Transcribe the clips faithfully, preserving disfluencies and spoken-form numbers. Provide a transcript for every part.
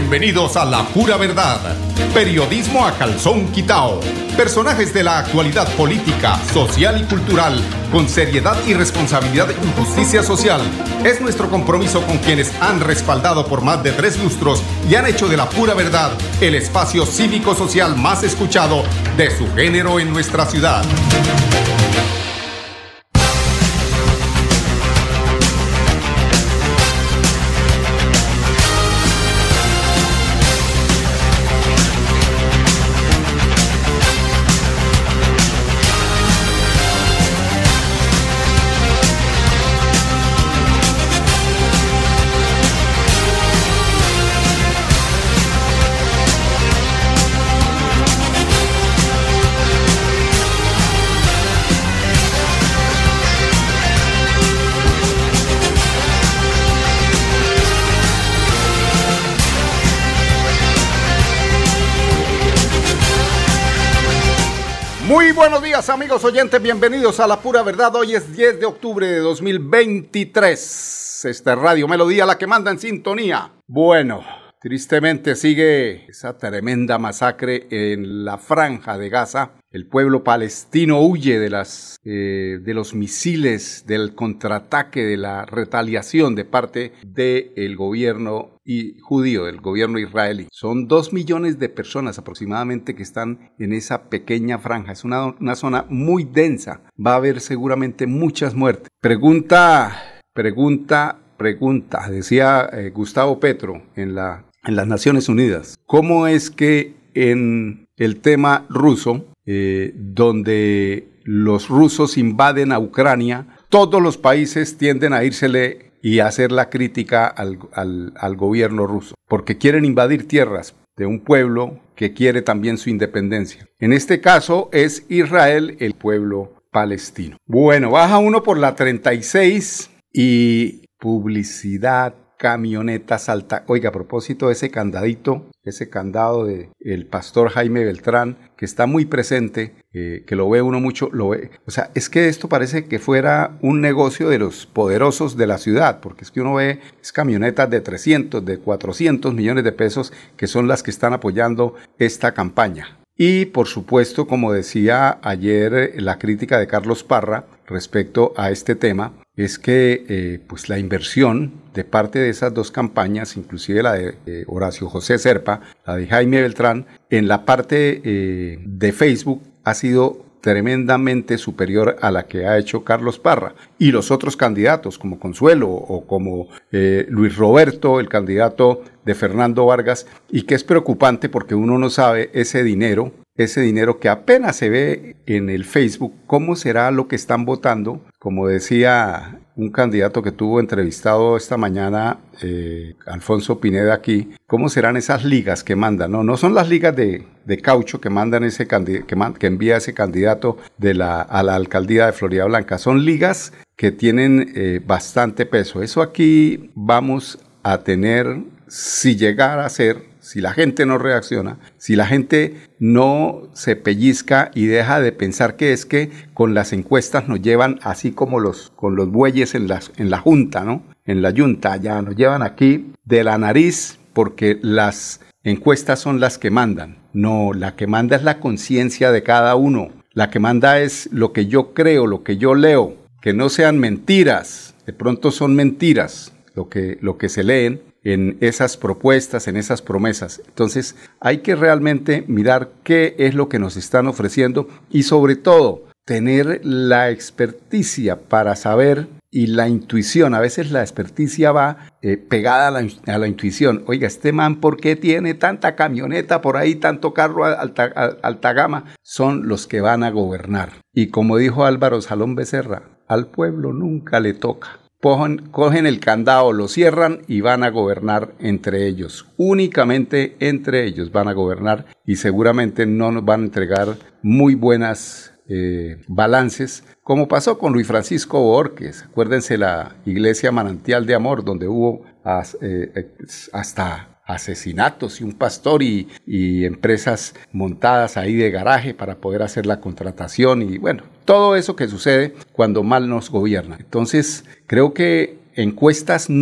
Bienvenidos a La Pura Verdad, periodismo a calzón quitao. Personajes de la actualidad política, social y cultural, con seriedad y responsabilidad y justicia social. Es nuestro compromiso con quienes han respaldado por más de tres lustros y han hecho de La Pura Verdad el espacio cívico-social más escuchado de su género en nuestra ciudad. Muy buenos días, amigos oyentes, bienvenidos a La Pura Verdad. Hoy es diez de octubre de dos mil veintitrés. Esta es Radio Melodía, la que manda en sintonía. Bueno, tristemente sigue esa tremenda masacre en la Franja de Gaza. El pueblo palestino huye de las eh, de los misiles, del contraataque, de la retaliación de parte del gobierno y judío, del gobierno israelí. Son dos millones de personas aproximadamente que están en esa pequeña franja. Es una, una zona muy densa. Va a haber seguramente muchas muertes. Pregunta, pregunta, pregunta. Decía eh, Gustavo Petro en, la, en las Naciones Unidas. ¿Cómo es que en el tema ruso, eh, donde los rusos invaden a Ucrania, todos los países tienden a írsele y hacer la crítica al, al, al gobierno ruso, porque quieren invadir tierras de un pueblo que quiere también su independencia? En este caso es Israel, el pueblo palestino. Bueno, baja uno por la treinta y seis y publicidad, camionetas alta. Oiga, a propósito de ese candadito, ese candado de el pastor Jaime Beltrán, que está muy presente, eh, que lo ve uno mucho, lo ve. O sea, es que esto parece que fuera un negocio de los poderosos de la ciudad, porque es que uno ve es camionetas de trescientos, de cuatrocientos millones de pesos, que son las que están apoyando esta campaña. Y por supuesto, como decía ayer la crítica de Carlos Parra respecto a este tema, es que eh, pues la inversión de parte de esas dos campañas, inclusive la de eh, Horacio José Serpa, la de Jaime Beltrán, en la parte eh, de Facebook ha sido tremendamente superior a la que ha hecho Carlos Parra y los otros candidatos como Consuelo o como eh, Luis Roberto, el candidato de Fernando Vargas, y que es preocupante porque uno no sabe ese dinero, ese dinero que apenas se ve en el Facebook, cómo será lo que están votando. Como decía un candidato que tuvo entrevistado esta mañana, eh, Alfonso Pineda aquí, ¿cómo serán esas ligas que mandan? No, no son las ligas de, de caucho que mandan ese candid- que, man- que envía ese candidato de la, a la alcaldía de Florida Blanca. Son ligas que tienen eh, bastante peso. Eso aquí vamos a tener, si llegara a ser, si la gente no reacciona, si la gente no se pellizca y deja de pensar que es que con las encuestas nos llevan así como los con los bueyes en, las, en la junta, ¿no? En la yunta, ya nos llevan aquí de la nariz porque las encuestas son las que mandan. No, la que manda es la conciencia de cada uno. La que manda es lo que yo creo, lo que yo leo. Que no sean mentiras. De pronto son mentiras lo que, lo que se leen en esas propuestas, en esas promesas. Entonces hay que realmente mirar qué es lo que nos están ofreciendo y sobre todo tener la experticia para saber y la intuición. A veces la experticia va eh, pegada a la, a la intuición. Oiga, este man, ¿por qué tiene tanta camioneta por ahí, tanto carro alta, alta gama? Son los que van a gobernar. Y como dijo Álvaro Salón Becerra, al pueblo nunca le toca. Cogen, cogen el candado, lo cierran y van a gobernar entre ellos. Únicamente entre ellos van a gobernar y seguramente no nos van a entregar muy buenas eh, balances, como pasó con Luis Francisco Borges. Acuérdense la iglesia Manantial de Amor, donde hubo as, eh, hasta asesinatos y un pastor y, y empresas montadas ahí de garaje para poder hacer la contratación y bueno, todo eso que sucede cuando mal nos gobierna. Entonces, creo que encuestas no,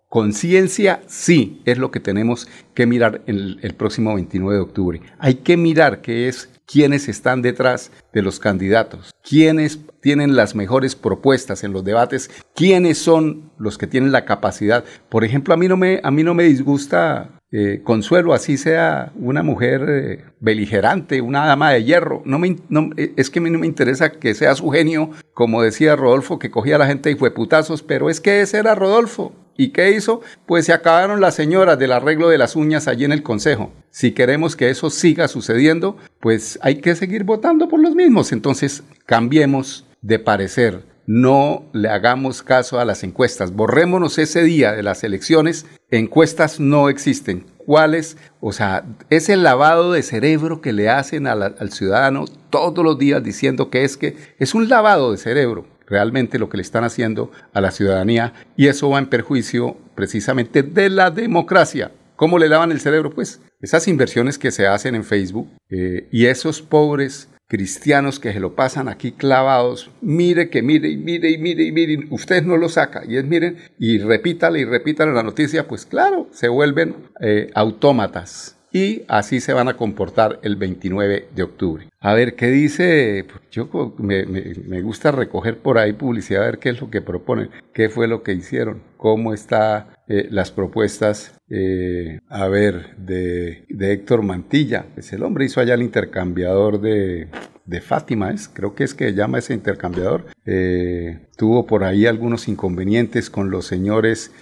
Conciencia, sí, es lo que tenemos que mirar el, el próximo veintinueve de octubre. Hay que mirar qué es, quiénes están detrás de los candidatos, quiénes tienen las mejores propuestas en los debates, quiénes son los que tienen la capacidad. Por ejemplo, a mí no me, a mí no me disgusta eh, Consuelo, así sea una mujer eh, beligerante, una dama de hierro. No me, no, es que a mí no me interesa que sea su genio, como decía Rodolfo, que cogía a la gente y fue putazos, pero es que ese era Rodolfo. ¿Y qué hizo? Pues se acabaron las señoras del arreglo de las uñas allí en el Consejo. Si queremos que eso siga sucediendo, pues hay que seguir votando por los mismos. Entonces, cambiemos de parecer. No le hagamos caso a las encuestas. Borrémonos ese día de las elecciones. Encuestas no existen. ¿Cuáles? O sea, es el lavado de cerebro que le hacen a la, al ciudadano todos los días diciendo que es que es un lavado de cerebro. Realmente lo que le están haciendo a la ciudadanía, y eso va en perjuicio precisamente de la democracia. ¿Cómo le lavan el cerebro? Pues esas inversiones que se hacen en Facebook eh, y esos pobres cristianos que se lo pasan aquí clavados, mire que mire y mire y mire y mire, usted no lo saca, y es miren, y repítale y repítale la noticia, pues claro, se vuelven eh, autómatas. Y así se van a comportar el veintinueve de octubre. A ver, ¿qué dice? Yo me, me, me gusta recoger por ahí publicidad, a ver qué es lo que proponen, qué fue lo que hicieron, cómo están eh, las propuestas, eh, a ver, de, de Héctor Mantilla. Pues el hombre hizo allá el intercambiador de, de Fátima, ¿es? Creo que es que llama ese intercambiador. Eh, tuvo por ahí algunos inconvenientes con los señores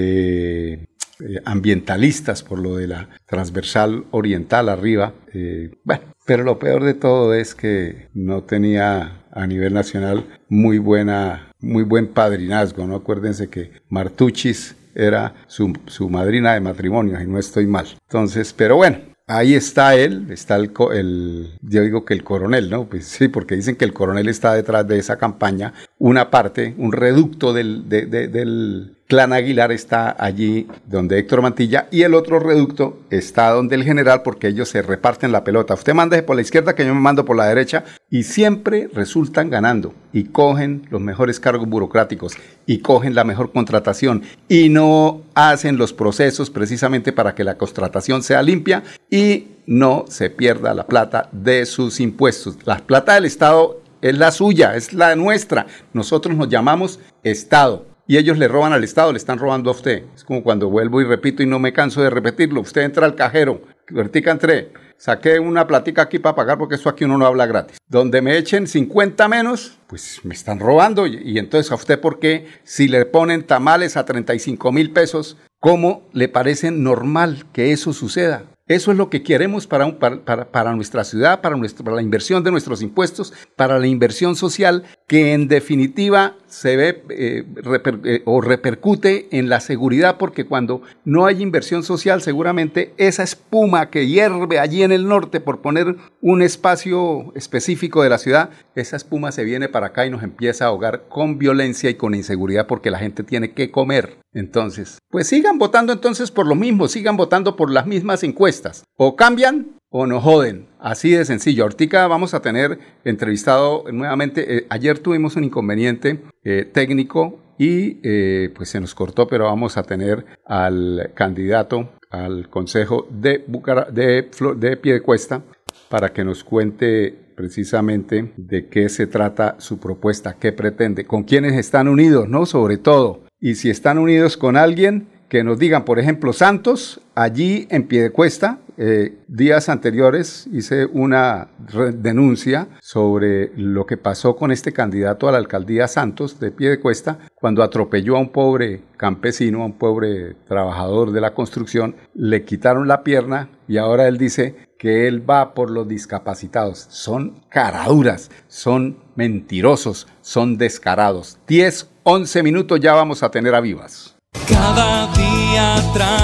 de... Eh, ambientalistas por lo de la transversal oriental arriba. Eh, bueno, pero lo peor de todo es que no tenía a nivel nacional muy buena, muy buen padrinazgo, ¿no? Acuérdense que Martuchis era su, su madrina de matrimonio, y no estoy mal. Entonces, pero bueno, ahí está él, está el, el, yo digo que el coronel, ¿no? Pues sí, porque dicen que el coronel está detrás de esa campaña. Una parte, un reducto del, de, de, del Clan Aguilar está allí donde Héctor Mantilla, y el otro reducto está donde el general, porque ellos se reparten la pelota. Usted mándese por la izquierda, que yo me mando por la derecha, y siempre resultan ganando, y cogen los mejores cargos burocráticos, y cogen la mejor contratación, y no hacen los procesos precisamente para que la contratación sea limpia y no se pierda la plata de sus impuestos. La plata del Estado es la suya, es la nuestra. Nosotros nos llamamos Estado. Y ellos le roban al Estado, le están robando a usted. Es como cuando vuelvo y repito y no me canso de repetirlo. Usted entra al cajero, ahorita entré, saqué una platica aquí para pagar porque esto aquí uno no habla gratis. Donde me echen cincuenta menos, pues me están robando. Y, y entonces a usted, ¿por qué? Si le ponen tamales a treinta y cinco mil pesos, ¿cómo le parece normal que eso suceda? Eso es lo que queremos para, un, para, para, para nuestra ciudad, para, nuestra, para la inversión de nuestros impuestos, para la inversión social, que en definitiva se ve eh, reper, eh, o repercute en la seguridad, porque cuando no hay inversión social, seguramente esa espuma que hierve allí en el norte, por poner un espacio específico de la ciudad, esa espuma se viene para acá y nos empieza a ahogar con violencia y con inseguridad, porque la gente tiene que comer. Entonces, pues sigan votando entonces por lo mismo, sigan votando por las mismas encuestas. O cambian o nos joden. Así de sencillo. Ahorita vamos a tener entrevistado nuevamente. Eh, ayer tuvimos un inconveniente eh, técnico y eh, pues se nos cortó, pero vamos a tener al candidato al Consejo de, Bucara, de, de Piedecuesta para que nos cuente precisamente de qué se trata su propuesta, qué pretende, con quiénes están unidos, ¿no? Sobre todo. Y si están unidos con alguien, que nos digan, por ejemplo, Santos, allí en Piedecuesta, eh, días anteriores hice una denuncia sobre lo que pasó con este candidato a la alcaldía Santos de Piedecuesta, cuando atropelló a un pobre campesino, a un pobre trabajador de la construcción, le quitaron la pierna y ahora él dice que él va por los discapacitados. Son caraduras, son mentirosos, son descarados. diez, once minutos ya vamos a tener a Vivas. Cada día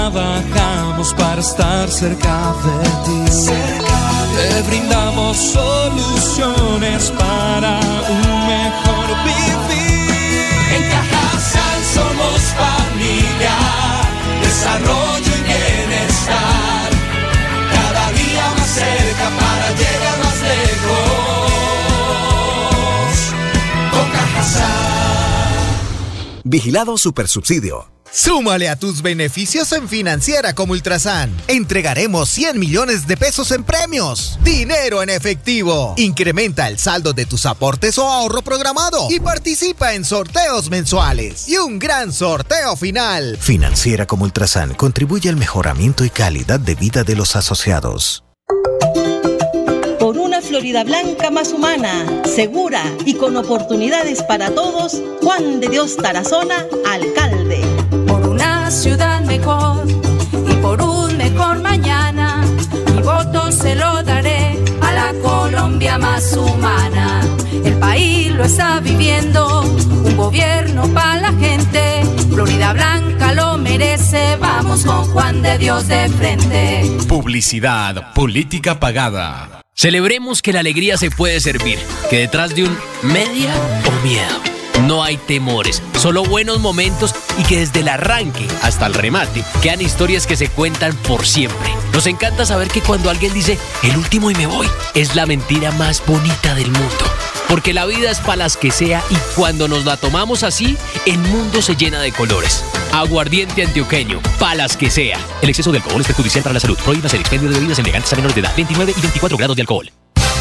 trabajamos para estar cerca de ti. Te brindamos soluciones para un mejor vivir. En Cajasal somos familia, desarrollo y bienestar. Cada día más cerca para llegar más lejos. Con Cajasal. Vigilado Supersubsidio. Súmale a tus beneficios en Financiera como Ultrasan. Entregaremos cien millones de pesos en premios. Dinero en efectivo. Incrementa el saldo de tus aportes o ahorro programado y participa en sorteos mensuales. Y un gran sorteo final. Financiera como Ultrasan contribuye al mejoramiento y calidad de vida de los asociados. Por una Florida Blanca más humana, segura y con oportunidades para todos, Juan de Dios Tarazona, alcalde. Por una ciudad mejor y por un mejor mañana, mi voto se lo daré a la Colombia más humana. El país lo está viviendo, un gobierno para la gente. Florida Blanca lo merece, vamos con Juan de Dios de frente. Publicidad, política pagada. Celebremos que la alegría se puede servir, que detrás de un media o miedo no hay temores, solo buenos momentos y que desde el arranque hasta el remate quedan historias que se cuentan por siempre. Nos encanta saber que cuando alguien dice el último y me voy, es la mentira más bonita del mundo. Porque la vida es para las que sea y cuando nos la tomamos así, el mundo se llena de colores. Aguardiente antioqueño, palas que sea. El exceso de alcohol es perjudicial para la salud. Prohíbas el expendio de bebidas elegantes a menores de edad. veintinueve y veinticuatro grados de alcohol.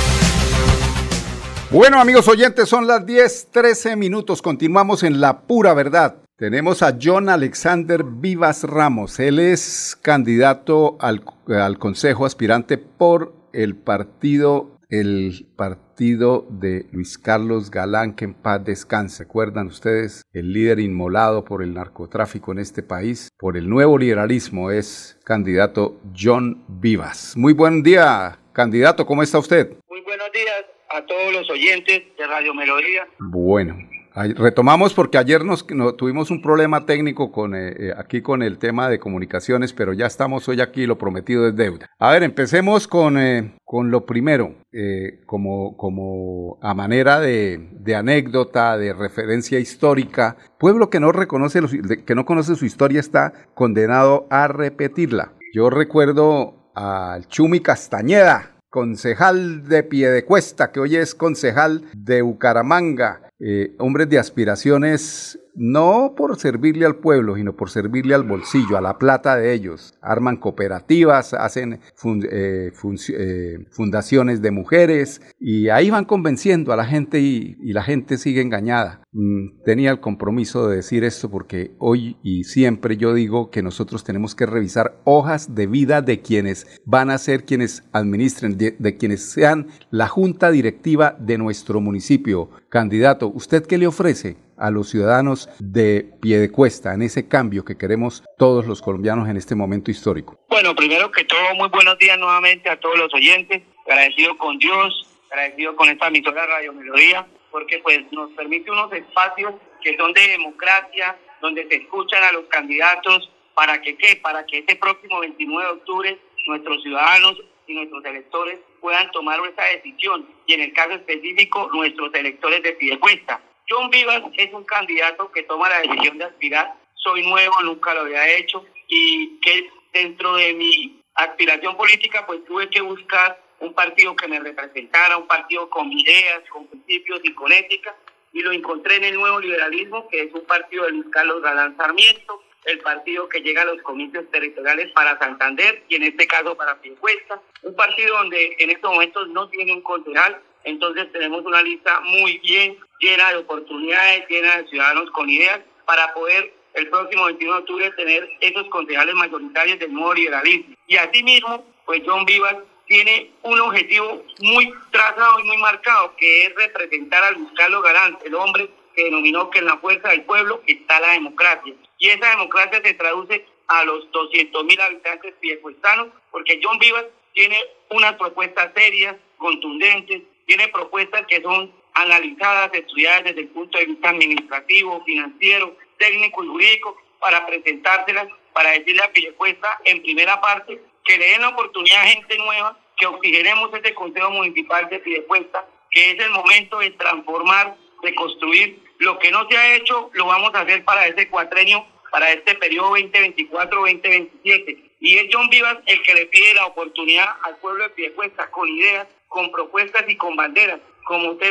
Bueno, amigos oyentes, son las diez trece minutos. Continuamos en La Pura Verdad. Tenemos a John Alexander Vivas Ramos. Él es candidato al, al Consejo aspirante por el partido el partido de Luis Carlos Galán, que en paz descanse. ¿Recuerdan ustedes? El líder inmolado por el narcotráfico en este país, por el nuevo liberalismo, es candidato John Vivas. Muy buen día, candidato, ¿cómo está usted? Muy buenos días a todos los oyentes de Radio Melodía. Bueno, retomamos porque ayer nos, nos tuvimos un problema técnico con eh, aquí con el tema de comunicaciones, pero ya estamos hoy aquí, lo prometido es deuda. A ver, empecemos con, eh, con lo primero, eh, como, como a manera de, de anécdota, de referencia histórica. Pueblo que no reconoce, los, que no conoce su historia está condenado a repetirla. Yo recuerdo al Chumi Castañeda, concejal de Piedecuesta, que hoy es concejal de Bucaramanga. Eh, hombres de aspiraciones, no por servirle al pueblo, sino por servirle al bolsillo, a la plata de ellos. Arman cooperativas, hacen fund, eh, fun, eh, fundaciones de mujeres y ahí van convenciendo a la gente y, y la gente sigue engañada. Mm, tenía el compromiso de decir esto porque hoy y siempre yo digo que nosotros tenemos que revisar hojas de vida de quienes van a ser quienes administren, de, de quienes sean la junta directiva de nuestro municipio. Candidato, ¿usted qué le ofrece a los ciudadanos de Piedecuesta en ese cambio que queremos todos los colombianos en este momento histórico? Bueno, primero que todo, muy buenos días nuevamente a todos los oyentes, agradecido con Dios, agradecido con esta emisora Radio Melodía, porque pues nos permite unos espacios que son de democracia, donde se escuchan a los candidatos, para que qué, para que este próximo veintinueve de octubre nuestros ciudadanos y nuestros electores puedan tomar esa decisión, y en el caso específico, nuestros electores de Piedecuesta. John Vivas es un candidato que toma la decisión de aspirar. Soy nuevo, nunca lo había hecho, y que dentro de mi aspiración política pues tuve que buscar un partido que me representara, un partido con ideas, con principios y con ética, y lo encontré en el Nuevo Liberalismo, que es un partido de Luis Carlos Galán Sarmiento, el partido que llega a los comicios territoriales para Santander y en este caso para Piedecuesta, un partido donde en estos momentos no tiene un concejal. Entonces tenemos una lista muy bien, llena de oportunidades, llena de ciudadanos con ideas, para poder el próximo veintiuno de octubre tener esos concejales mayoritarios del nuevo liberalismo. Y asimismo, pues John Vivas tiene un objetivo muy trazado y muy marcado, que es representar a Luis Carlos Galán, el hombre que denominó que en la fuerza del pueblo está la democracia. Y esa democracia se traduce a los doscientos mil habitantes piedecuestanos, porque John Vivas tiene unas propuestas serias, contundentes, tiene propuestas que son analizadas, estudiadas desde el punto de vista administrativo, financiero, técnico y jurídico, para presentárselas, para decirle a Piedecuesta en primera parte que le den la oportunidad a gente nueva, que oxigenemos este Consejo Municipal de Piedecuesta, que es el momento de transformar, de construir. Lo que no se ha hecho, lo vamos a hacer para este cuatrenio, para este periodo veinte veinticuatro veinte veintisiete. Y es John Vivas el que le pide la oportunidad al pueblo de Piedecuesta con ideas, con propuestas y con banderas, como temas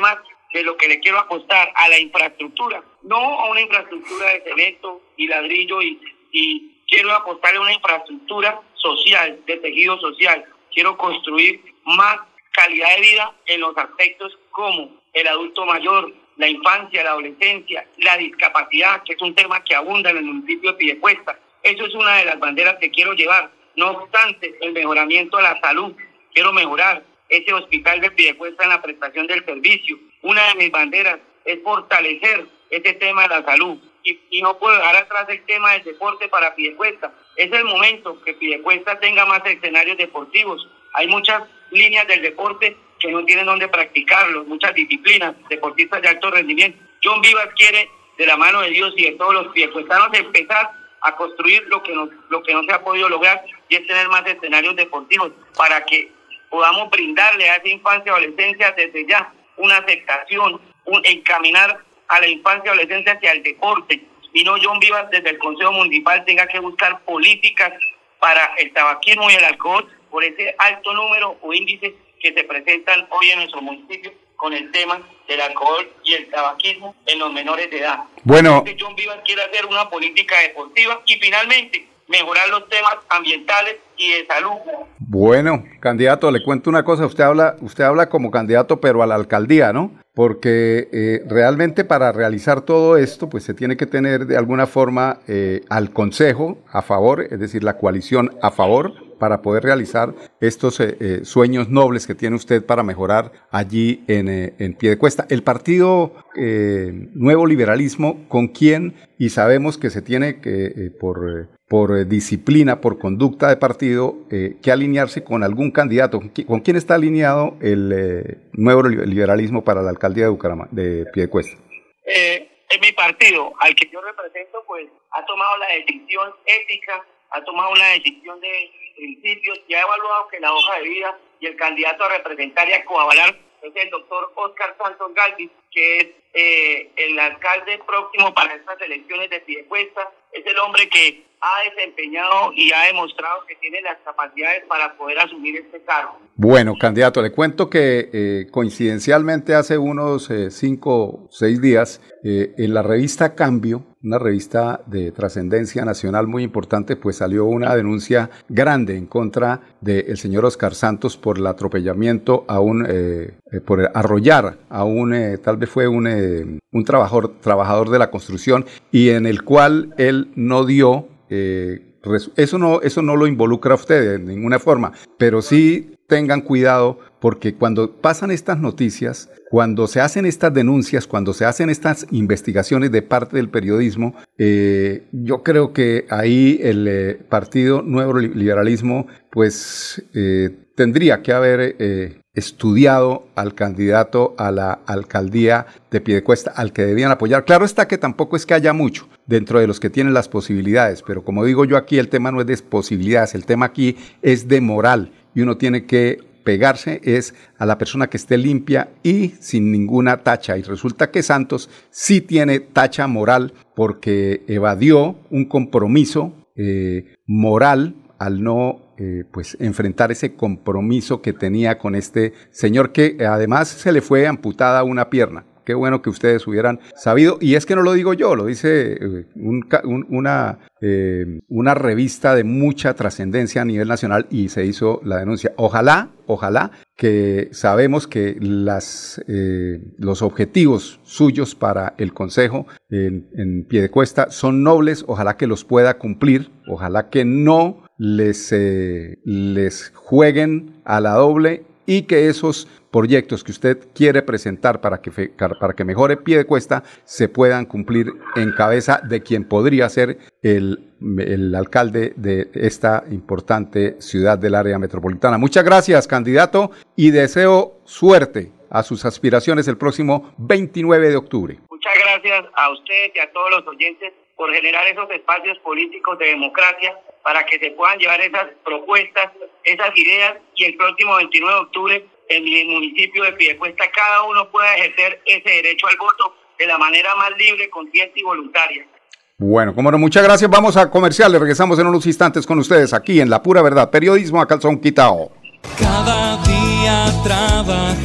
de lo que le quiero apostar a la infraestructura, no a una infraestructura de cemento y ladrillo, y, y quiero apostarle a una infraestructura social, de tejido social. Quiero construir más calidad de vida en los aspectos como el adulto mayor, la infancia, la adolescencia, la discapacidad, que es un tema que abunda en el municipio de Piedecuesta. Eso es una de las banderas que quiero llevar. No obstante, el mejoramiento de la salud, quiero mejorar ese hospital de Piedecuesta en la prestación del servicio. Una de mis banderas es fortalecer ese tema de la salud. Y, y no puedo dejar atrás el tema del deporte para Piedecuesta. Es el momento que Piedecuesta tenga más escenarios deportivos. Hay muchas líneas del deporte que no tienen dónde practicarlo, muchas disciplinas, deportistas de alto rendimiento. John Vivas quiere, de la mano de Dios y de todos los piedecuestanos, empezar a construir lo que, no, lo que no se ha podido lograr, y es tener más escenarios deportivos para que podamos brindarle a esa infancia y adolescencia desde ya una aceptación, un encaminar a la infancia y adolescencia hacia el deporte, y no John Vivas desde el Consejo Municipal tenga que buscar políticas para el tabaquismo y el alcohol por ese alto número o índice que se presentan hoy en nuestro municipio con el tema del alcohol y el tabaquismo en los menores de edad. Bueno, John Vivas quiere hacer una política deportiva y finalmente mejorar los temas ambientales y de salud. Bueno, candidato, le cuento una cosa, usted habla, usted habla como candidato pero a la alcaldía, ¿no? Porque eh, realmente para realizar todo esto, pues se tiene que tener de alguna forma eh, al consejo a favor, es decir, la coalición a favor, para poder realizar estos eh, eh, sueños nobles que tiene usted para mejorar allí en, eh, en Piedecuesta. El partido eh, Nuevo Liberalismo, ¿con quién? Y sabemos que se tiene que, eh, por, eh, por eh, disciplina, por conducta de partido, eh, que alinearse con algún candidato. ¿Con quién está alineado el eh, Nuevo Liberalismo para la alcaldía de Bucaramanga, de Piedecuesta? Eh, en mi partido, al que yo represento, pues ha tomado la decisión ética, ha tomado una decisión de principios, y ha evaluado que la hoja de vida y el candidato a representar y a coavalar es el doctor Oscar Santos Galvis, que es eh, el alcalde próximo para estas elecciones de Piedecuesta. Es el hombre que ha desempeñado y ha demostrado que tiene las capacidades para poder asumir este cargo. Bueno, candidato, le cuento que eh, coincidencialmente hace unos eh, cinco o seis días eh, en la revista Cambio, una revista de trascendencia nacional muy importante, pues salió una denuncia grande en contra del señor Oscar Santos por el atropellamiento a un, eh, eh, por arrollar a un, eh, tal vez fue un, eh, un trabajador, trabajador de la construcción, y en el cual él no dio, eh, eso no, eso no lo involucra a usted de ninguna forma, pero sí tengan cuidado, porque cuando pasan estas noticias, cuando se hacen estas denuncias, cuando se hacen estas investigaciones de parte del periodismo, eh, yo creo que ahí el eh, Partido Nuevo Liberalismo pues eh, tendría que haber eh, estudiado al candidato a la alcaldía de Piedecuesta, al que debían apoyar. Claro está que tampoco es que haya mucho dentro de los que tienen las posibilidades, pero como digo yo aquí, el tema no es de posibilidades, el tema aquí es de moral, y uno tiene que pegarse es a la persona que esté limpia y sin ninguna tacha. Y resulta que Santos sí tiene tacha moral porque evadió un compromiso eh, moral al no eh, pues enfrentar ese compromiso que tenía con este señor, que además se le fue amputada una pierna. Qué bueno que ustedes hubieran sabido, y es que no lo digo yo, lo dice eh, un, un, una, eh, una revista de mucha trascendencia a nivel nacional, y se hizo la denuncia. Ojalá, ojalá que sabemos que las, eh, los objetivos suyos para el Consejo en, en Piedecuesta son nobles, ojalá que los pueda cumplir, ojalá que no les, eh, les jueguen a la doble, y que esos proyectos que usted quiere presentar para que, para que mejore Piedecuesta se puedan cumplir en cabeza de quien podría ser el, el alcalde de esta importante ciudad del área metropolitana. Muchas gracias, candidato, y deseo suerte a sus aspiraciones el próximo veintinueve de octubre. Muchas gracias a ustedes y a todos los oyentes por generar esos espacios políticos de democracia para que se puedan llevar esas propuestas, esas ideas, y el próximo veintinueve de octubre en el municipio de Piedecuesta cada uno pueda ejercer ese derecho al voto de la manera más libre, consciente y voluntaria. Bueno, como no, muchas gracias. Vamos a comerciales, regresamos en unos instantes con ustedes aquí en La Pura Verdad, periodismo a calzón quitao. Cada día trabajamos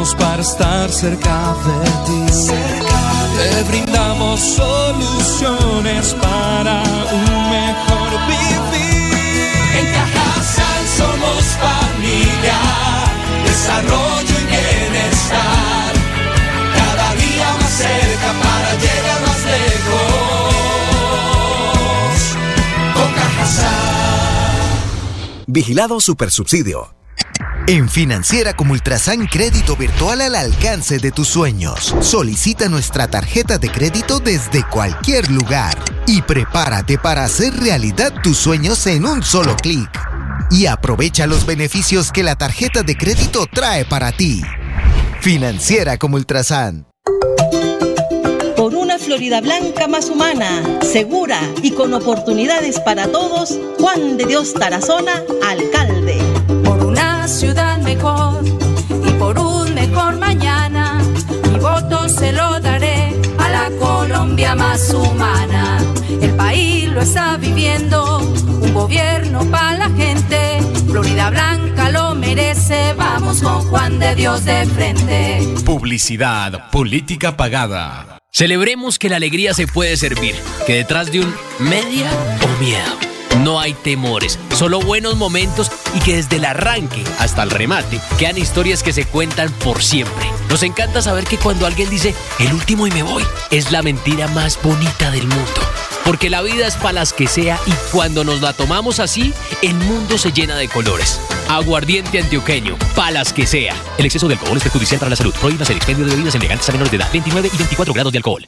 brindamos para estar cerca de ti. Te brindamos soluciones para un mejor vivir. En Cajasal somos familia, desarrollo y bienestar. Cada día más cerca para llegar más lejos. Con Cajasal. Vigilado Supersubsidio. En Financiera como Ultrasan, crédito virtual al alcance de tus sueños. Solicita nuestra tarjeta de crédito desde cualquier lugar y prepárate para hacer realidad tus sueños en un solo clic. Y aprovecha los beneficios que la tarjeta de crédito trae para ti. Financiera como Ultrasan. Por una Florida Blanca más humana, segura y con oportunidades para todos, Juan de Dios Tarazona, alcalde. Por una ciudad mejor y por un mejor mañana, mi voto se lo daré a la Colombia más humana. El país lo está viviendo, un gobierno para la gente. Florida Blanca lo merece, vamos con Juan de Dios de frente. Publicidad, política pagada. Celebremos que la alegría se puede servir, que detrás de un media o miedo no hay temores, solo buenos momentos y que desde el arranque hasta el remate quedan historias que se cuentan por siempre. Nos encanta saber que cuando alguien dice el último y me voy, es la mentira más bonita del mundo. Porque la vida es para las que sea y cuando nos la tomamos así, el mundo se llena de colores. Aguardiente antioqueño, para las que sea. El exceso de alcohol es perjudicial para la salud. Prohíbas el expendio de bebidas elegantes a menores de edad. veintinueve y veinticuatro grados de alcohol.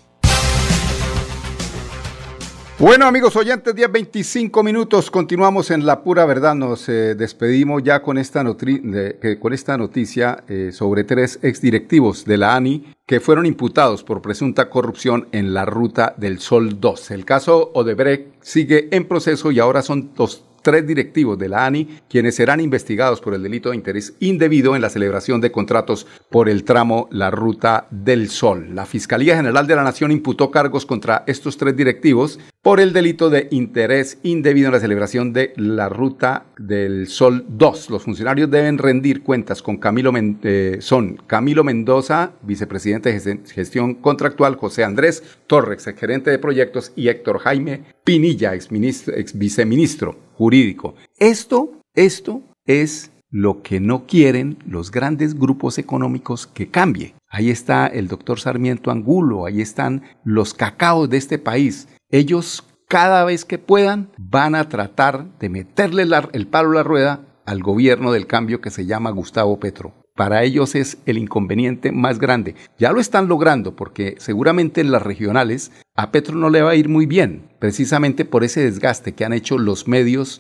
Bueno, amigos oyentes, diez veinticinco minutos, continuamos en La Pura Verdad. Nos eh, despedimos ya con esta, notri- de, eh, con esta noticia eh, sobre tres exdirectivos de la A N I que fueron imputados por presunta corrupción en la Ruta del Sol dos. El caso Odebrecht sigue en proceso y ahora son los tres directivos de la A N I quienes serán investigados por el delito de interés indebido en la celebración de contratos por el tramo La Ruta del Sol. La Fiscalía General de la Nación imputó cargos contra estos tres directivos por el delito de interés indebido en la celebración de la Ruta del Sol dos. Los funcionarios deben rendir cuentas con Camilo Men- eh, son Camilo Mendoza, vicepresidente de gestión contractual, José Andrés Torres, gerente de proyectos, y Héctor Jaime Pinilla, ex, ex viceministro jurídico. Esto, esto es lo que no quieren los grandes grupos económicos que cambie. Ahí está el doctor Sarmiento Angulo, ahí están los cacaos de este país. Ellos cada vez que puedan van a tratar de meterle la, el palo a la rueda al gobierno del cambio que se llama Gustavo Petro. Para ellos es el inconveniente más grande. Ya lo están logrando porque seguramente en las regionales a Petro no le va a ir muy bien, precisamente por ese desgaste que han hecho los medios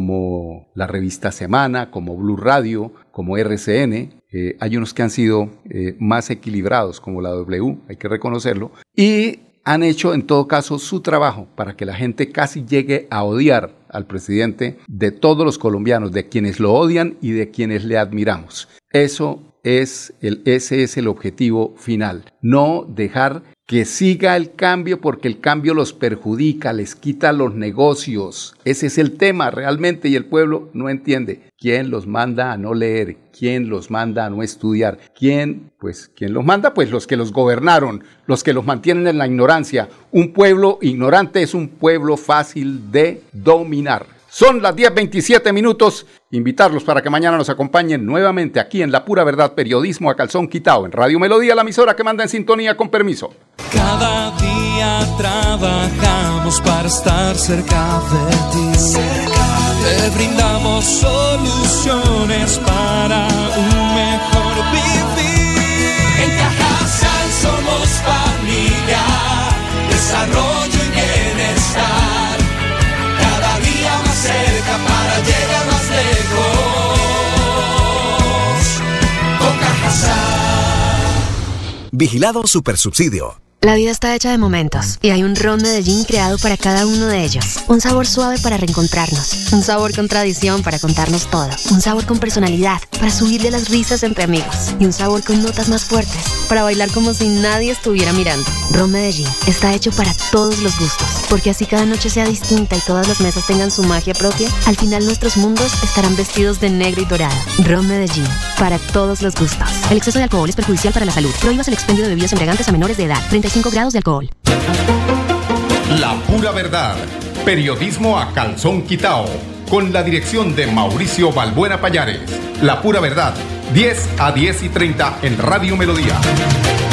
como la revista Semana, como Blue Radio, como R C N. Eh, hay unos que han sido eh, más equilibrados, como la W, hay que reconocerlo, y han hecho en todo caso su trabajo para que la gente casi llegue a odiar al presidente, de todos los colombianos, de quienes lo odian y de quienes le admiramos. Eso es el, ese es el objetivo final, no dejar que siga el cambio porque el cambio los perjudica, les quita los negocios. Ese es el tema realmente y el pueblo no entiende. ¿Quién los manda a no leer? ¿Quién los manda a no estudiar? ¿Quién? Pues, ¿quién los manda? Pues los que los gobernaron, los que los mantienen en la ignorancia. Un pueblo ignorante es un pueblo fácil de dominar. Son las diez veintisiete minutos. Invitarlos para que mañana nos acompañen nuevamente aquí en La Pura Verdad, periodismo a calzón quitado, en Radio Melodía, la emisora que manda en sintonía. Con permiso. Cada día trabajamos para estar cerca de ti. Te brindamos soluciones para un mejor vivir. En Cajasal somos familia, desarrollo y bienestar. Cada día más cerca para llegar más lejos. Con Cajasal. Vigilado Supersubsidio. La vida está hecha de momentos y hay un ron Medellín creado para cada uno de ellos. Un sabor suave para reencontrarnos, un sabor con tradición para contarnos todo, un sabor con personalidad para subirle las risas entre amigos y un sabor con notas más fuertes para bailar como si nadie estuviera mirando. Ron Medellín está hecho para todos los gustos, porque así cada noche sea distinta y todas las mesas tengan su magia propia, al final nuestros mundos estarán vestidos de negro y dorado. Ron Medellín, para todos los gustos. El exceso de alcohol es perjudicial para la salud. Prohíbas el expendio de bebidas embriagantes a menores de edad. treinta y cinco grados de alcohol. La pura verdad. Periodismo a calzón quitao. Con la dirección de Mauricio Balbuena Payares. La pura verdad. diez a diez y treinta en Radio Melodía.